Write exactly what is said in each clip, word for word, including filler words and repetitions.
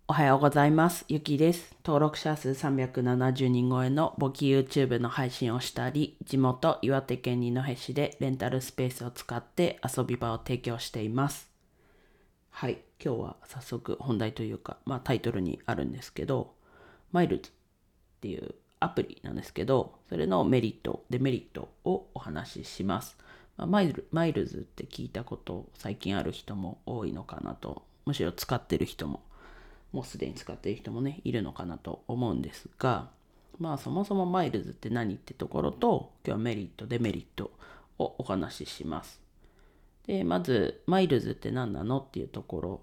おはようございます。ゆきです。登録者数さんびゃくななじゅうにん超えの簿記 YouTube の配信をしたり、地元岩手県二戸市でレンタルスペースを使って遊び場を提供しています。はい、今日は早速本題というか、まあタイトルにあるんですけど、マイルズっていうアプリなんですけど、それのメリット、デメリットをお話しします。まあ、マイル、マイルズって聞いたこと最近ある人も多いのかなと、むしろ使ってる人ももうすでに使っている人もねいるのかなと思うんですが、まあそもそもマイルズって何ってところと、今日はメリットデメリットをお話しします。でまずマイルズって何なのっていうところ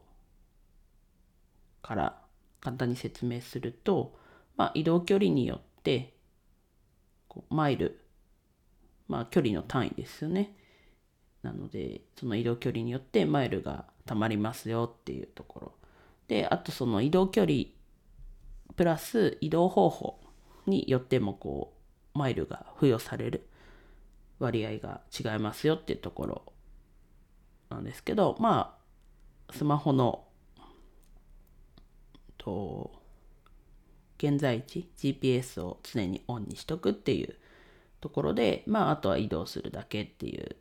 から簡単に説明すると、まあ、移動距離によってこうマイル、まあ距離の単位ですよね。なのでその移動距離によってマイルがたまりますよっていうところで、あとその移動距離プラス移動方法によってもこうマイルが付与される割合が違いますよっていうところなんですけど、まあスマホのと現在地 ジーピーエス を常にオンにしとくっていうところで、まああとは移動するだけっていう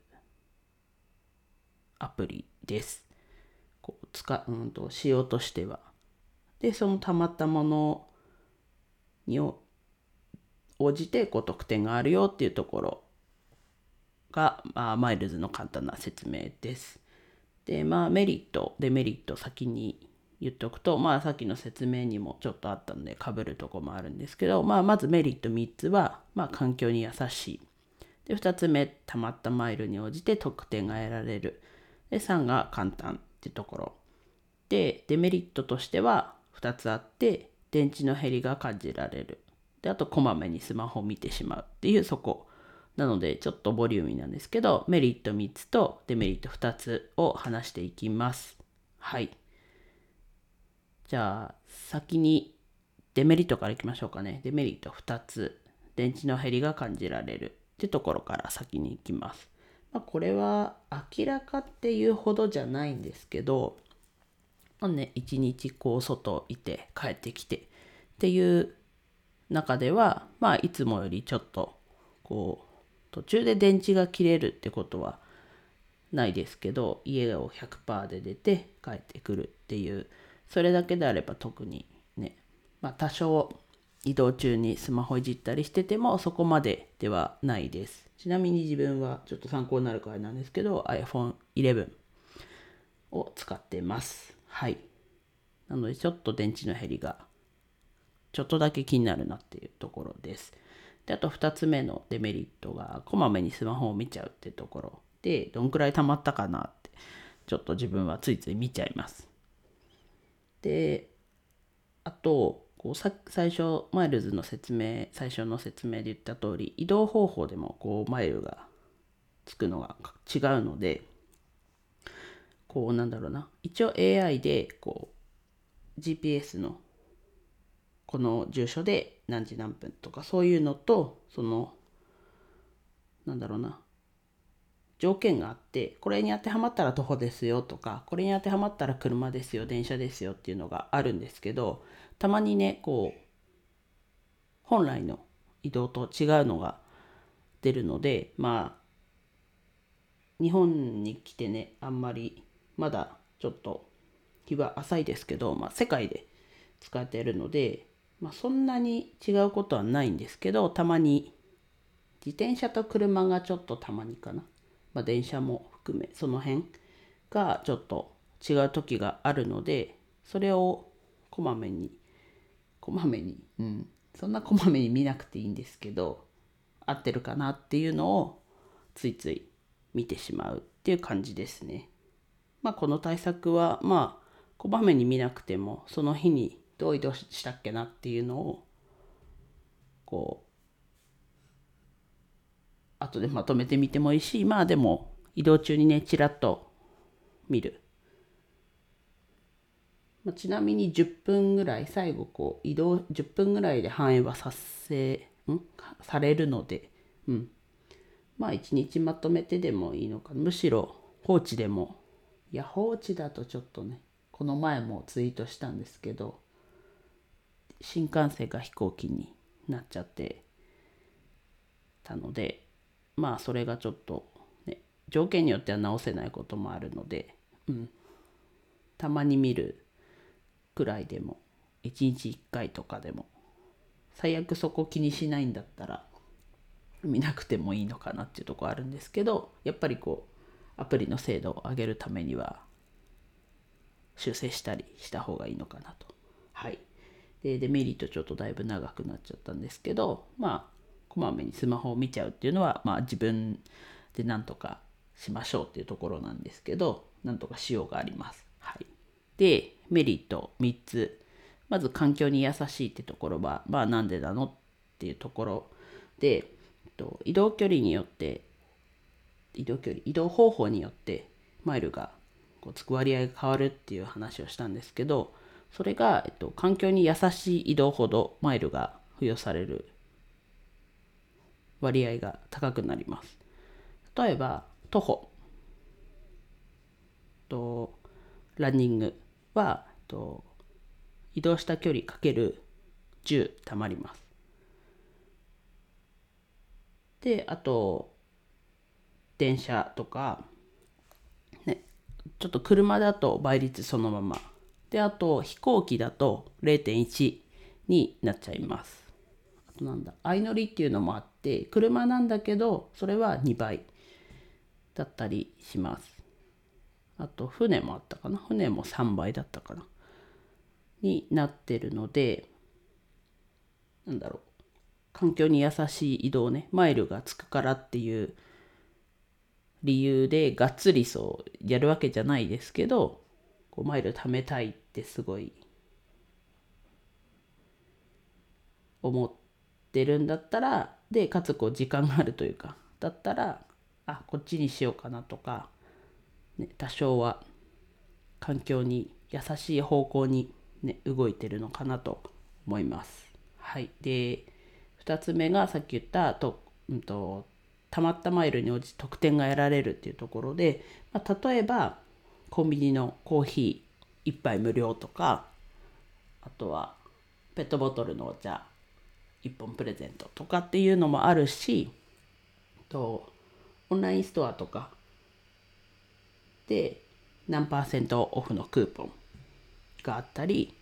アプリです。こう使うんと仕様としては。でそのたまったものに応じてこう特典があるよっていうところが、まあ、マイルズの簡単な説明です。で、まあメリット、デメリット先に言っておくと、まあさっきの説明にもちょっとあったので被るとこもあるんですけど、まあまずメリットみっつは、まあ環境に優しい。で、ふたつめ、たまったマイルに応じて特典が得られる。で、さんが簡単ってところ。で、デメリットとしてはふたつあって、電池の減りが感じられる。で、あとこまめにスマホを見てしまうっていうそこ。なのでちょっとボリューミーなんですけど、メリットみっつとデメリットふたつを話していきます。はい。じゃあ先にデメリットからいきましょうかね。デメリットふたつ。電池の減りが感じられるってところから先に行きます。まあ、これは明らかっていうほどじゃないんですけど、まあね、一日こう外いて帰ってきてっていう中では、まあいつもよりちょっとこう途中で電池が切れるってことはないですけど、家を ひゃくパーセント で出て帰ってくるっていう、それだけであれば特にね、まあ多少移動中にスマホいじったりしててもそこまでではないです。ちなみに自分はちょっと参考になるからなんですけど アイフォンイレブン を使ってます。はい。なのでちょっと電池の減りがちょっとだけ気になるなっていうところです。で、あとふたつめのデメリットがこまめにスマホを見ちゃうっていうところで、どんくらい溜まったかなってちょっと自分はついつい見ちゃいます。で、あとこうさ最初マイルズの説明最初の説明で言った通り、移動方法でもこうマイルがつくのが違うので、こうなんだろうな、一応 エーアイ でこう ジーピーエス のこの住所で何時何分とかそういうのと、そのなんだろうな、条件があって、これに当てはまったら徒歩ですよとか、これに当てはまったら車ですよ、電車ですよっていうのがあるんですけど、たまにねこう本来の移動と違うのが出るので、まあ日本に来てね、あんまりまだちょっと日は浅いですけど、まあ、世界で使っているので、まあ、そんなに違うことはないんですけど、たまに自転車と車がちょっとたまにかな、まあ、電車も含めその辺がちょっと違う時があるので、それをこまめにこまめにうんそんなこまめに見なくていいんですけど、合ってるかなっていうのをついつい見てしまうっていう感じですね。まあこの対策はまあこまめに見なくても、その日にどう移動したっけなっていうのをこう後でまとめてみてもいいし、まあでも移動中にねちらっと見る。まあ、ちなみにじゅっぷんぐらい、最後こう移動じゅっぷんぐらいで反映はさせんされるので、うん、まあいちにちまとめてでもいいのかな。むしろ放置でも、いや放置だとちょっとね、この前もツイートしたんですけど、 新幹線が飛行機になっちゃってたので、まあそれがちょっとね、条件によっては直せないこともあるので、うん、たまに見るくらいでもいちにちいっかいとかでも、最悪そこ気にしないんだったら見なくてもいいのかなっていうところあるんですけど、やっぱりこうアプリの精度を上げるためには修正したりした方がいいのかなと。はい。で、デメリットちょっとだいぶ長くなっちゃったんですけど、まあこまめにスマホを見ちゃうっていうのは、まあ自分でなんとかしましょうっていうところなんですけど、なんとかしようがあります。はい。で、メリットみっつ。まず環境に優しいってところは、まあなんでなのっていうところで、移動距離によって、移動距離、移動方法によってマイルがこうつく割合が変わるっていう話をしたんですけど、それが、えっと、環境に優しい移動ほどマイルが付与される割合が高くなります。例えば徒歩とランニングはと移動した距離かけるじゅうたまります。で、あと電車とかね、ちょっと車だと倍率そのままで、あと飛行機だと れいてんいち になっちゃいます。あとなんだ、相乗りっていうのもあって、車なんだけどそれはにばいだったりします。あと船もあったかな、船もさんばいだったかなになってるので、なんだろう、環境に優しい移動ね、マイルがつくからっていう理由でがっつりそうやるわけじゃないですけど、こうマイル貯めたいってすごい思ってるんだったら、でかつこう時間があるというかだったら、あ、こっちにしようかなとか、ね、多少は環境に優しい方向に、ね、動いてるのかなと思います。はい。でふたつめがさっき言ったと、うんと、たまったマイルに応じて得点が得られるっていうところで、まあ、例えばコンビニのコーヒーいっぱい無料とか、あとはペットボトルのお茶いっぽんプレゼントとかっていうのもあるし、とオンラインストアとかで何パーセントオフのクーポンがあったり、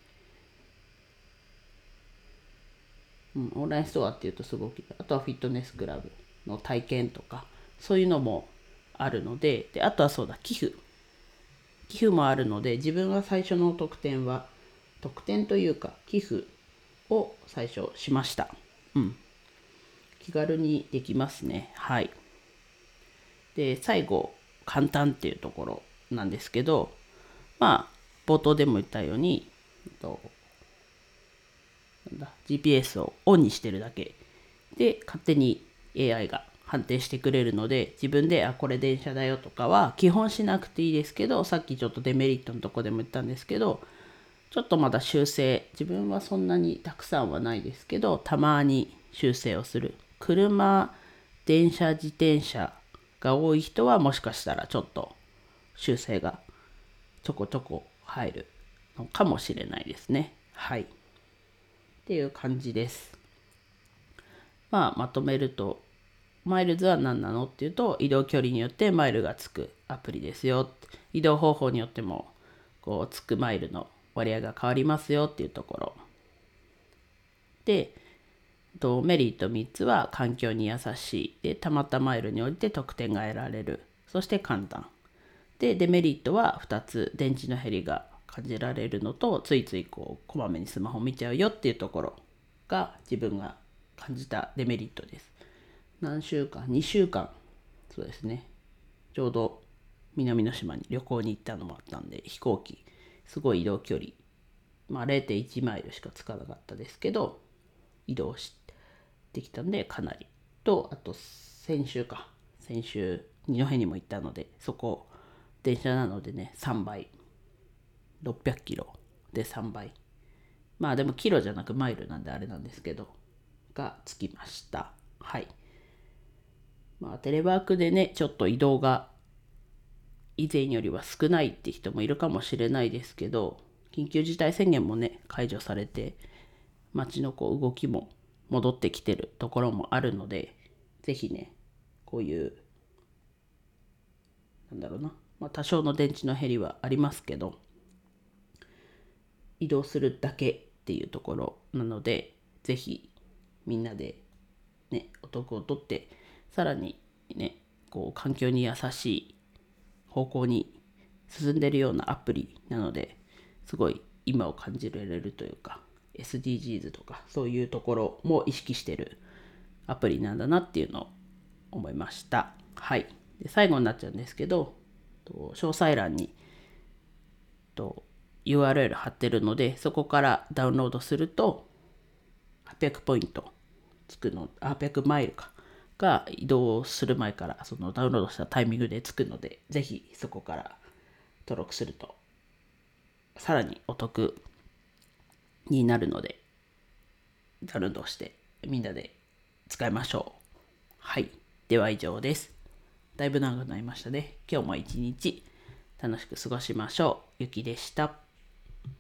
うん、オンラインストアっていうとすごく、あとはフィットネスクラブの体験とかそういうのもあるので、であとはそうだ、寄付寄付もあるので、自分は最初の特典は特典というか寄付を最初しました。うん、気軽にできますね。はい。で最後簡単っていうところなんですけど、まあ冒頭でも言ったように、えっと、なんだ ジーピーエス をオンにしてるだけで勝手に エーアイ が判定してくれるので、自分であこれ電車だよとかは基本しなくていいですけど、さっきちょっとデメリットのとこでも言ったんですけど、ちょっとまだ修正、自分はそんなにたくさんはないですけど、たまに修正をする。車、電車、自転車が多い人はもしかしたらちょっと修正がちょこちょこ入るのかもしれないですね。はい。っていう感じです。まあまとめると、マイルズは何なのっていうと、移動距離によってマイルがつくアプリですよ。移動方法によってもこうつくマイルの割合が変わりますよっていうところで、メリットみっつは環境に優しいで、たまったマイルに応じて得点が得られる、そして簡単で、デメリットはふたつ、電池の減りが感じられるのと、ついついこうこまめにスマホ見ちゃうよっていうところが自分が感じたデメリットです。何週間にしゅうかん、そうですね、ちょうど南の島に旅行に行ったのもあったんで、飛行機すごい移動距離、まあ れいてんいちマイルしかつかなかったですけど移動してきたんで、かなりと、あと先週か先週二戸にも行ったので、そこ電車なのでね、さんばいろっぴゃくキロでさんばい、まあでもキロじゃなくマイルなんであれなんですけどがつきました。はい。まあテレワークでね、ちょっと移動が以前よりは少ないって人もいるかもしれないですけど、緊急事態宣言もね解除されて、 街のこう動きも戻ってきてるところもあるので、ぜひね、こういうなんだろうな、まあ、多少の電池の減りはありますけど、移動するだけっていうところなので、ぜひみんなでね、お得を取って、さらにね、こう環境に優しい方向に進んでるようなアプリなので、すごい今を感じられるというか、 エスディージーズ とかそういうところも意識してるアプリなんだなっていうのを思いました。はい。で最後になっちゃうんですけど、詳細欄にと ユーアールエル 貼ってるので、そこからダウンロードするとはっぴゃくポイントつくの、はっぴゃくマイルかが移動する前からそのダウンロードしたタイミングでつくので、ぜひそこから登録するとさらにお得になるので、ダウンロードしてみんなで使いましょう。はい。では以上です。だいぶ長くなりましたね。今日も一日楽しく過ごしましょう。ゆきでした。